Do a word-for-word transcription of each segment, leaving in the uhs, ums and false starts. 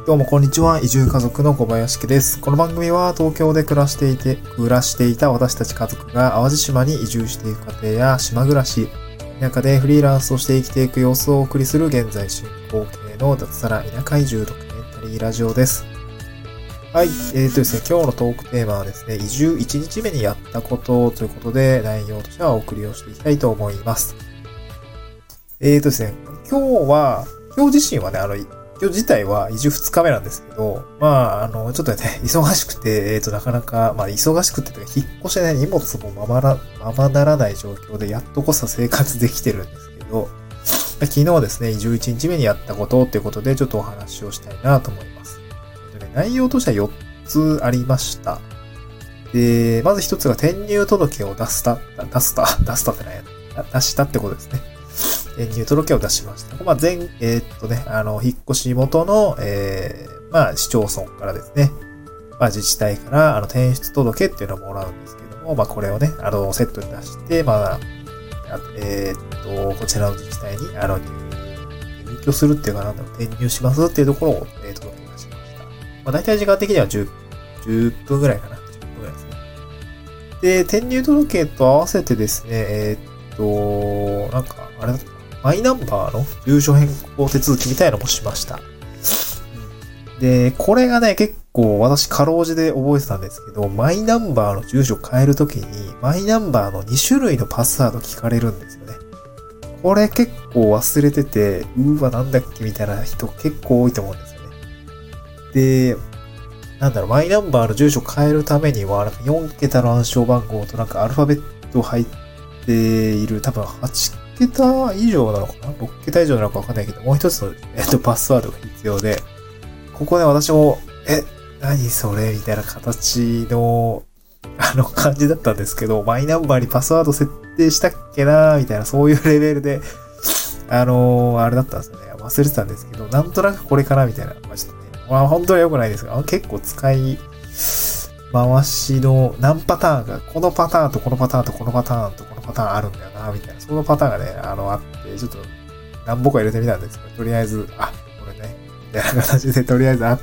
どうもこんにちは。移住家族の小林家です。この番組は東京で暮らしていて、暮らしていた私たち家族が淡路島に移住していく過程や島暮らし、田舎でフリーランスとして生きていく様子をお送りする現在進行形の脱サラ田舎移住ドキュメンタリーラジオです。はい。えーとですね、今日のトークテーマはですね、移住いちにちめにやったことということで、内容としてはお送りをしていきたいと思います。えーとですね、今日は、今日自身はね、あの、今日自体は移住ふつかめなんですけど、まあ、あの、ちょっとね、忙しくて、えっと、なかなか、まあ、忙しくてというか、引っ越してね、荷物もままな、ままならない状況で、やっとこそ生活できてるんですけど、昨日ですね、移住いちにちめにやったことっていうことで、ちょっとお話をしたいなと思います。でね、内容としてはよっつありました。で、まずひとつが転入届を出した、出した、出したってないや出したってことですね。転入届を出しました。まあ、全、えー、っとね、あの、引っ越し元の、えー、まあ、市町村からですね、まあ、自治体から、あの、転出届っていうのをもらうんですけども、まあ、これをね、あの、セットに出して、まあ、えー、っと、こちらの自治体に、あの、入居するっていうかなんだろう、転入しますっていうところを、えー、届け出しました。まあ、大体時間的にはじゅう、じゅっぷんぐらいかな。じゅっぷんぐらいですね。で、転入届と合わせてですね、えー、っと、なんか、あれだったマイナンバーの住所変更手続きみたいなのもしました。で、これがね、結構私かろうじて覚えてたんですけど、マイナンバーの住所変えるときに、マイナンバーのにしゅるいのパスワード聞かれるんですよね。これ結構忘れてて、うーわ、なんだっけみたいな人結構多いと思うんですよね。で、なんだろう、マイナンバーの住所変えるためには、なんかよんけたの暗証番号となんかアルファベット入っている、多分はちけた以上なのかな ?ろく 桁以上なのかわかんないけど、もう一つの、えっと、パスワードが必要で、ここで私も、え、何それみたいな形の、あの感じだったんですけど、マイナンバーにパスワード設定したっけなみたいな、そういうレベルで、あのー、あれだったんですよね。忘れてたんですけど、なんとなくこれかなみたいな。まあ、ちょっとね、まあ本当は良くないですが、結構使い回しの何パターンが、このパターンとこのパターンとこのパターンとこのパターンあるんだよな、みたいな。そのパターンがね、あの、あって、ちょっと何本か入れてみたんですけど、とりあえず、あ、これね、みたいな形でとりあえずあって、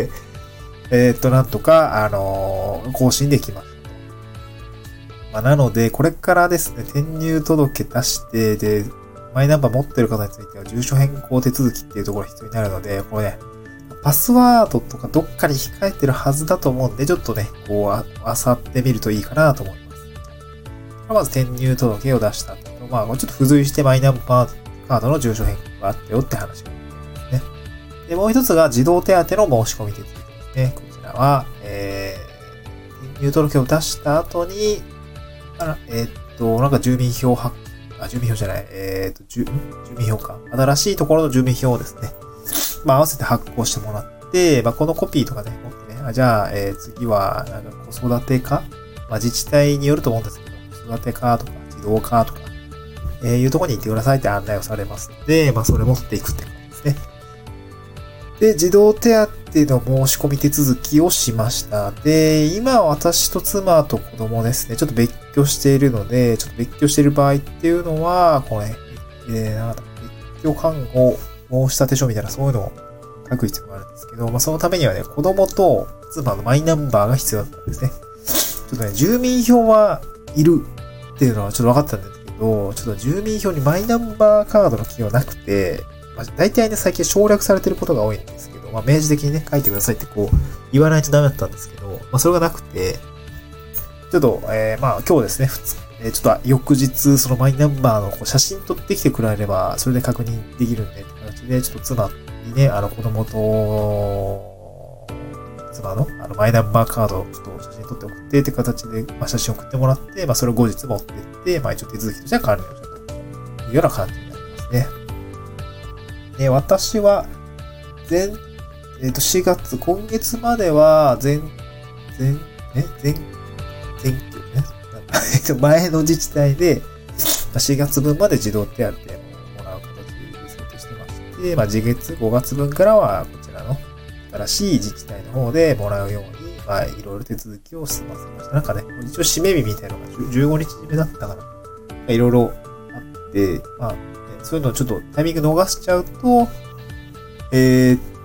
えー、っと、なんとか、あのー、更新できました。まあ、なので、これからですね、転入届出して、で、マイナンバー持ってる方については、住所変更手続きっていうところが必要になるので、これね、パスワードとかどっかに控えてるはずだと思うんで、ちょっとね、こう、あ、漁ってみるといいかなと思います。まず転入届を出したと。まあ、ちょっと付随してマイナンバーカードの住所変更があったよって話がですね。で、もう一つが児童手当の申し込み手続きですね。こちらは、えー、転入届を出した後に、あえー、っと、なんか住民票発、あ、住民票じゃない、えー、っと、住、住民票か。新しいところの住民票をですね、まあ、合わせて発行してもらって、まあ、このコピーとかね、持ってね、あじゃあ、えー、次は、なんか子育てかまあ、自治体によると思うんですけど、子育てかとか、児童かとか、えー、いうところに行ってくださいって案内をされますので、まあ、それ持っていくって感じですね。で、児童手当の申し込み手続きをしました。で、今私と妻と子供ですね、ちょっと別居しているので、ちょっと別居している場合っていうのは、これ、ね、えー、なんだ、別居看護申立書みたいなそういうのを書く必要があるんですけど、まあ、そのためにはね、子供と妻のマイナンバーが必要だったんですね。ちょっとね、住民票はいるっていうのはちょっと分かったんですけど、ちょっと住民票にマイナンバーカードの記憶なくて、まあ、大体ね、最近省略されてることが多いんですけど、まあ、明示的にね、書いてくださいってこう、言わないとダメだったんですけど、まあ、それがなくて、ちょっと、えー、まあ、今日ですね、普通、えー、ちょっと翌日、そのマイナンバーのこう写真撮ってきてくれれば、それで確認できるんで、って形で、ちょっと妻にね、あの、子供と、妻の、あの、マイナンバーカードをちょっと写真撮って送ってって形で、まあ、写真送ってもらって、まあ、それを後日持ってって、まあ、一応手続きとしては完了したというような感じになりますね。で、私は、前、えっと、しがつ、今月までは、前、前、え前、前、えっと、前の自治体で、しがつぶんまで児童手当をもらう形で設定してまして、まあ、次月ごがつぶんからは、こちらの新しい自治体の方でもらうように、まあ、いろいろ手続きを済ませました。なんかね、一応締め日みたいなのがじゅうごにちめだったから、いろいろあって、まあ、そういうのをちょっとタイミング逃しちゃうと、えー、っ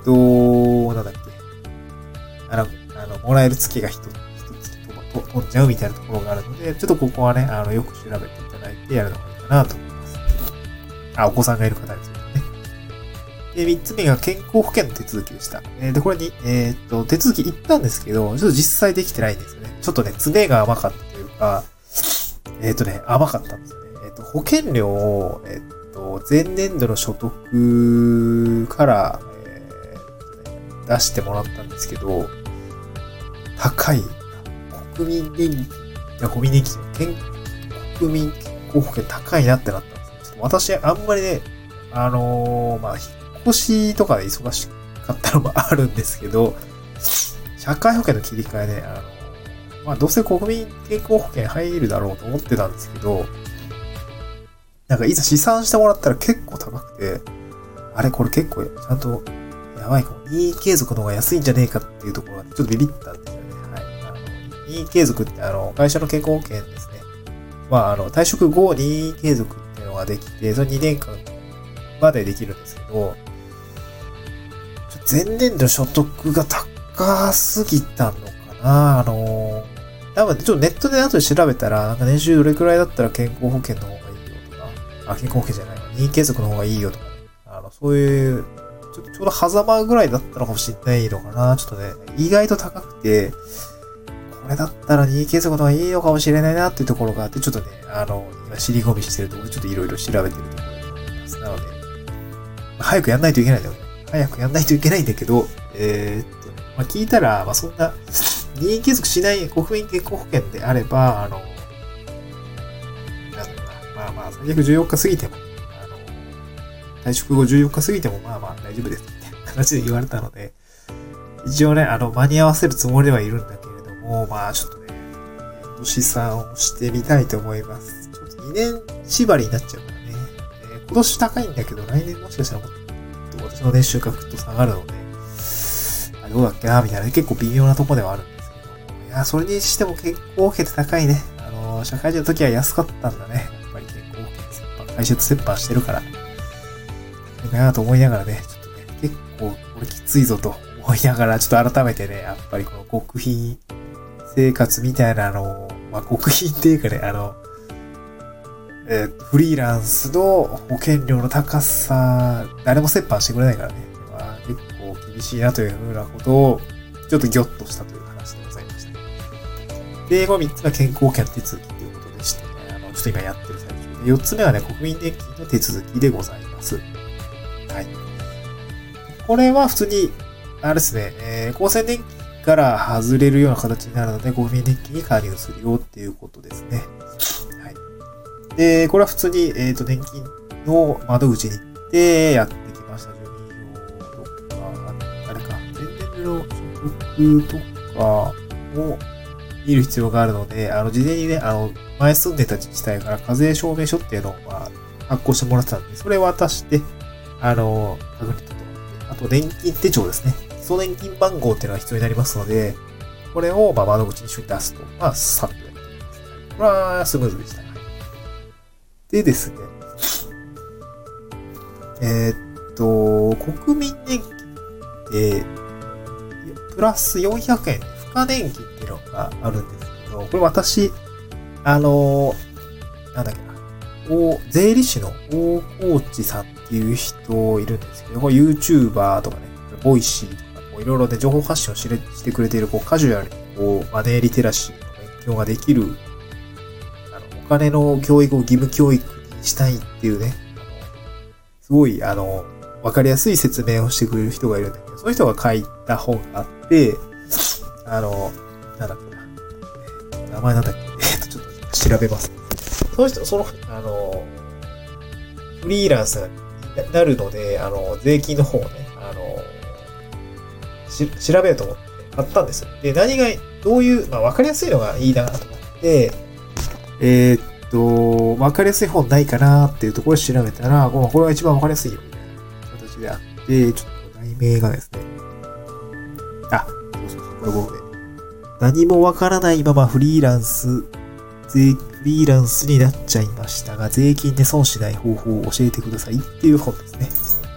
と、なんだっけ。あの、あの、もらえる月が一つ、一つ飛んじゃうみたいなところがあるので、ちょっとここはね、あの、よく調べていただいてやるのがいいかなと思います。あ、お子さんがいる方ですね。で、三つ目が健康保険の手続きでした。えー、で、これに、えー、っと、手続き行ったんですけど、ちょっと実際できてないんですよね。ちょっとね、詰めが甘かったというか、えー、っとね、甘かったんですよね。えー、っと、保険料を、えー、っと、前年度の所得から、えーね、出してもらったんですけど、高い。国民年金、いや、国民年金、健国民健康保険高いなってなったんですよ。ちょっと私、あんまりね、あのー、まあ、引っ越しとかで忙しかったのもあるんですけど、社会保険の切り替えね、あのー、まあ、どうせ国民健康保険入るだろうと思ってたんですけど、なんかいざ試算してもらったら結構高くて、あれこれ結構ちゃんとやばいかも。任意継続の方が安いんじゃねえかっていうところがちょっとビビったんですよね。はい。あの、任意継続ってあの、会社の健康保険ですね。まあ、あの、退職後任意継続っていうのができて、そのにねんかんまでできるんですけど、前年度所得が高すぎたのかな。あの、多分ちょっとネットで後で調べたら、なんか年収どれくらいだったら健康保険の方がいいよとか、あ、健康保険じゃないわ。任意継続の方がいいよとかね。あの、そういう、ちょっとちょうど狭間ぐらいだったのかもしれないのかな。ちょっとね、意外と高くて、これだったら任意継続の方がいいのかもしれないなっていうところがあって、ちょっとね、あの、今尻込みしてるところでちょっといろいろ調べてるところだと思います。なので、早くやんないといけないんだよね。早くやんないといけないんだけど、えー、っと、まあ、聞いたら、まあ、そんな、任意継続しない国民健康保険であれば、あの、なんだろうな、まあまあ、最悪じゅうよっか過ぎても、あの、退職後じゅうよっか過ぎても、まあまあ大丈夫です、みたいな形で言われたので、一応ね、あの、間に合わせるつもりではいるんだけれども、まあちょっとね、試算をしてみたいと思います。ちょっとにねん縛りになっちゃうからね。えー、今年高いんだけど、来年もしかしたらもっと私の年収がぐっと下がるので、あ、どうだっけな、みたいな、結構微妙なとこではあるんですけど、いや、それにしても健康保険って高いね。あの、社会人の時は安かったんだね。やっぱり健康保険折半、会社と折半してるから。いいかなと思いながらね、ちょっとね、結構これきついぞと思いながら、ちょっと改めてね、やっぱりこの極貧生活みたいなのを、まあ、極貧っていうかね、あの、えー、フリーランスの保険料の高さ、誰も折半してくれないからね、まあ、結構厳しいなというふうなことを、ちょっとギョッとしたという話でございました。で、このみっつが健康保険手続きということでして、ね、あの、ちょっと今やってる最中で、よっつめはね、国民年金の手続きでございます。はい。これは普通に、あれですね、えー、厚生年金から外れるような形になるので、国民年金に加入するよっていうことですね。はい。で、これは普通に、えっと、年金の窓口に行ってやってきました。住民票とか、あれか、前年度の所得とかを見る必要があるので、あの、事前にね、あの、前住んでた自治体から課税証明書っていうのを、まあ、発行してもらってたんで、それを渡して、あの、確認と、あと年金手帳ですね。基礎年金番号っていうのが必要になりますので、これをまあ窓口に一緒に出すと、まあ、さっとやってみます。これはスムーズでした。でですね、えー、っと、国民年金って、プラスよんひゃくえん、付加年金っていうのがあるんですけど、これ私、あの、なんだっけな、お税理士の大河内さんっていう人いるんですけど、これ YouTuber とかね、ボイシーとか、こういろいろで情報発信をしれしてくれている、こうカジュアルに、こう、マネーリテラシーの勉強ができる、あの、お金の教育を義務教育にしたいっていうね、あの、すごい、あの、わかりやすい説明をしてくれる人がいるんだけど、そういう人が書いた本があって、あの、なんだっけな、名前なんだっけ、えっと、ちょっと調べます。その人、その、あの、フリーランスになるので、あの、税金の方をね、あの、し、調べようと思って買ったんですよ。で、何が、どういう、まあ、わかりやすいのがいいなと思って、えー、っと、わかりやすい本ないかなっていうところで調べたら、これが一番わかりやすいよ、みたいな形であって、ちょっと題名がですね、あ、そうそうそう、これ僕で、何もわからないままフリーランス、税、フリーランスになっちゃいましたが、税金で損しない方法を教えてくださいっていう本ですね。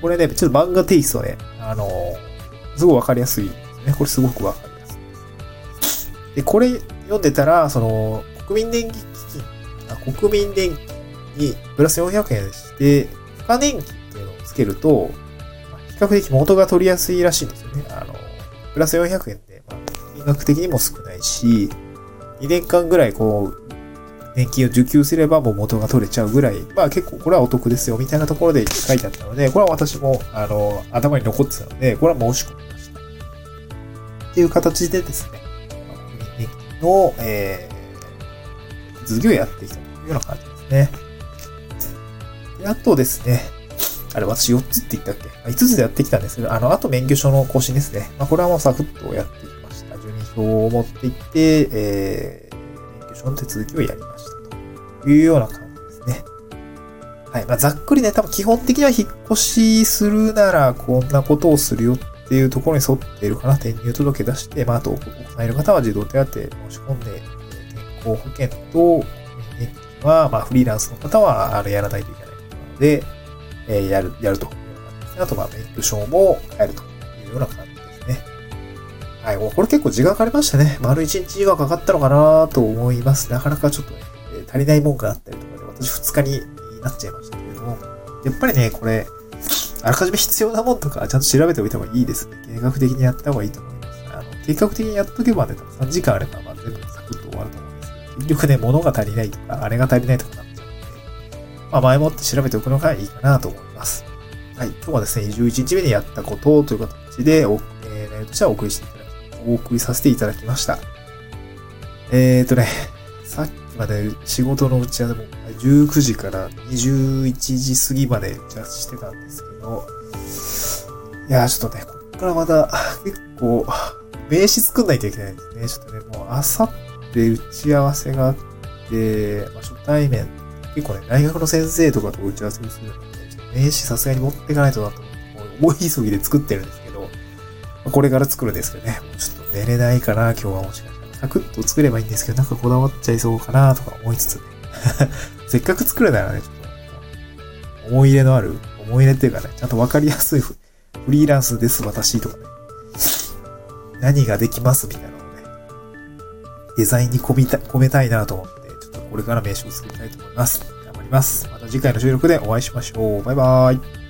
これね、ちょっと漫画テイストね、あのー、すごいわかりやすいですね。これすごくわかりやすい。で、これ読んでたら、その、国民年金基金、あ国民年金にプラスよんひゃくえんして、付加年金っていうのをつけると、比較的元が取りやすいらしいんですよね。あの、プラスよんひゃくえんで、まあ、金額的にも少ないし、にねんかんぐらいこう、年金を受給すればもう元が取れちゃうぐらい、まあ結構これはお得ですよ、みたいなところで書いてあったので、これは私も、あの、頭に残ってたので、これは申し込みました。っていう形でですね、国民年金の、えー、続きをやってきたというような感じですね。であとですね、あれ、私よっつって言ったっけ ?いつ つでやってきたんですけど、あの、あと免許証の更新ですね。まあ、これはもうサクッとやってきました。住民票を持っていって、えー、免許証の手続きをやりましたというような感じですね。はい。まあ、ざっくりね、多分基本的には引っ越しするならこんなことをするよっていうところに沿っているかな。転入届出して、まあ、あと、お子さんいる方は児童手当申し込んで、健康保険と国民年金は、まあ、フリーランスの方は、あれやらないといけないことなので、えー、やる、やるというような感じですね。あと、まあ、免許証も変えるというような感じですね。はい。もうこれ結構時間かかりましたね。丸一日はかかったのかなと思います。なかなかちょっとね、えー、足りないもんがあったりとかで、私ふつかになっちゃいましたけれども、やっぱりね、これ、あらかじめ必要なもんとかちゃんと調べておいた方がいいですね。計画的にやった方がいいと思います。あの、計画的にやっとけばね、多分さんじかんあれば、まあ、全部サクッと終わると思うんですけど、結局ね、物が足りないとか、あれが足りないとかなっちゃうので、まあ、前もって調べておくのがいいかなと思います。はい。今日はですね、じゅういちにちめにやったことという形で、おえー、内容としてはお送りしていただき、お送りさせていただきました。えーとね、さっきまで仕事の打ち合わせもじゅうくじからにじゅういちじ過ぎまで打ち合わせしてたんですけど、いやーちょっとね、こっからまた結構名刺作んないといけないですね。ちょっとね、もうあさって打ち合わせがあって、まあ、初対面、結構ね、大学の先生とかと打ち合わせをするので、名刺さすがに持っていかないとなと思って、もう大急ぎで作ってるんですけど、まあ、これから作るんですけどね、もうちょっと寝れないかな、今日はもしかしたら。サクッと作ればいいんですけど、なんかこだわっちゃいそうかなとか思いつつね。せっかく作るならね、ちょっと思い入れのある、思い入れっていうかね、ちゃんとわかりやすいフリーランスです、私とかね。何ができますみたいなのをね、デザインに込みた、込めたいなと思って、ちょっとこれから名刺を作りたいと思います。頑張ります。また次回の収録でお会いしましょう。バイバーイ。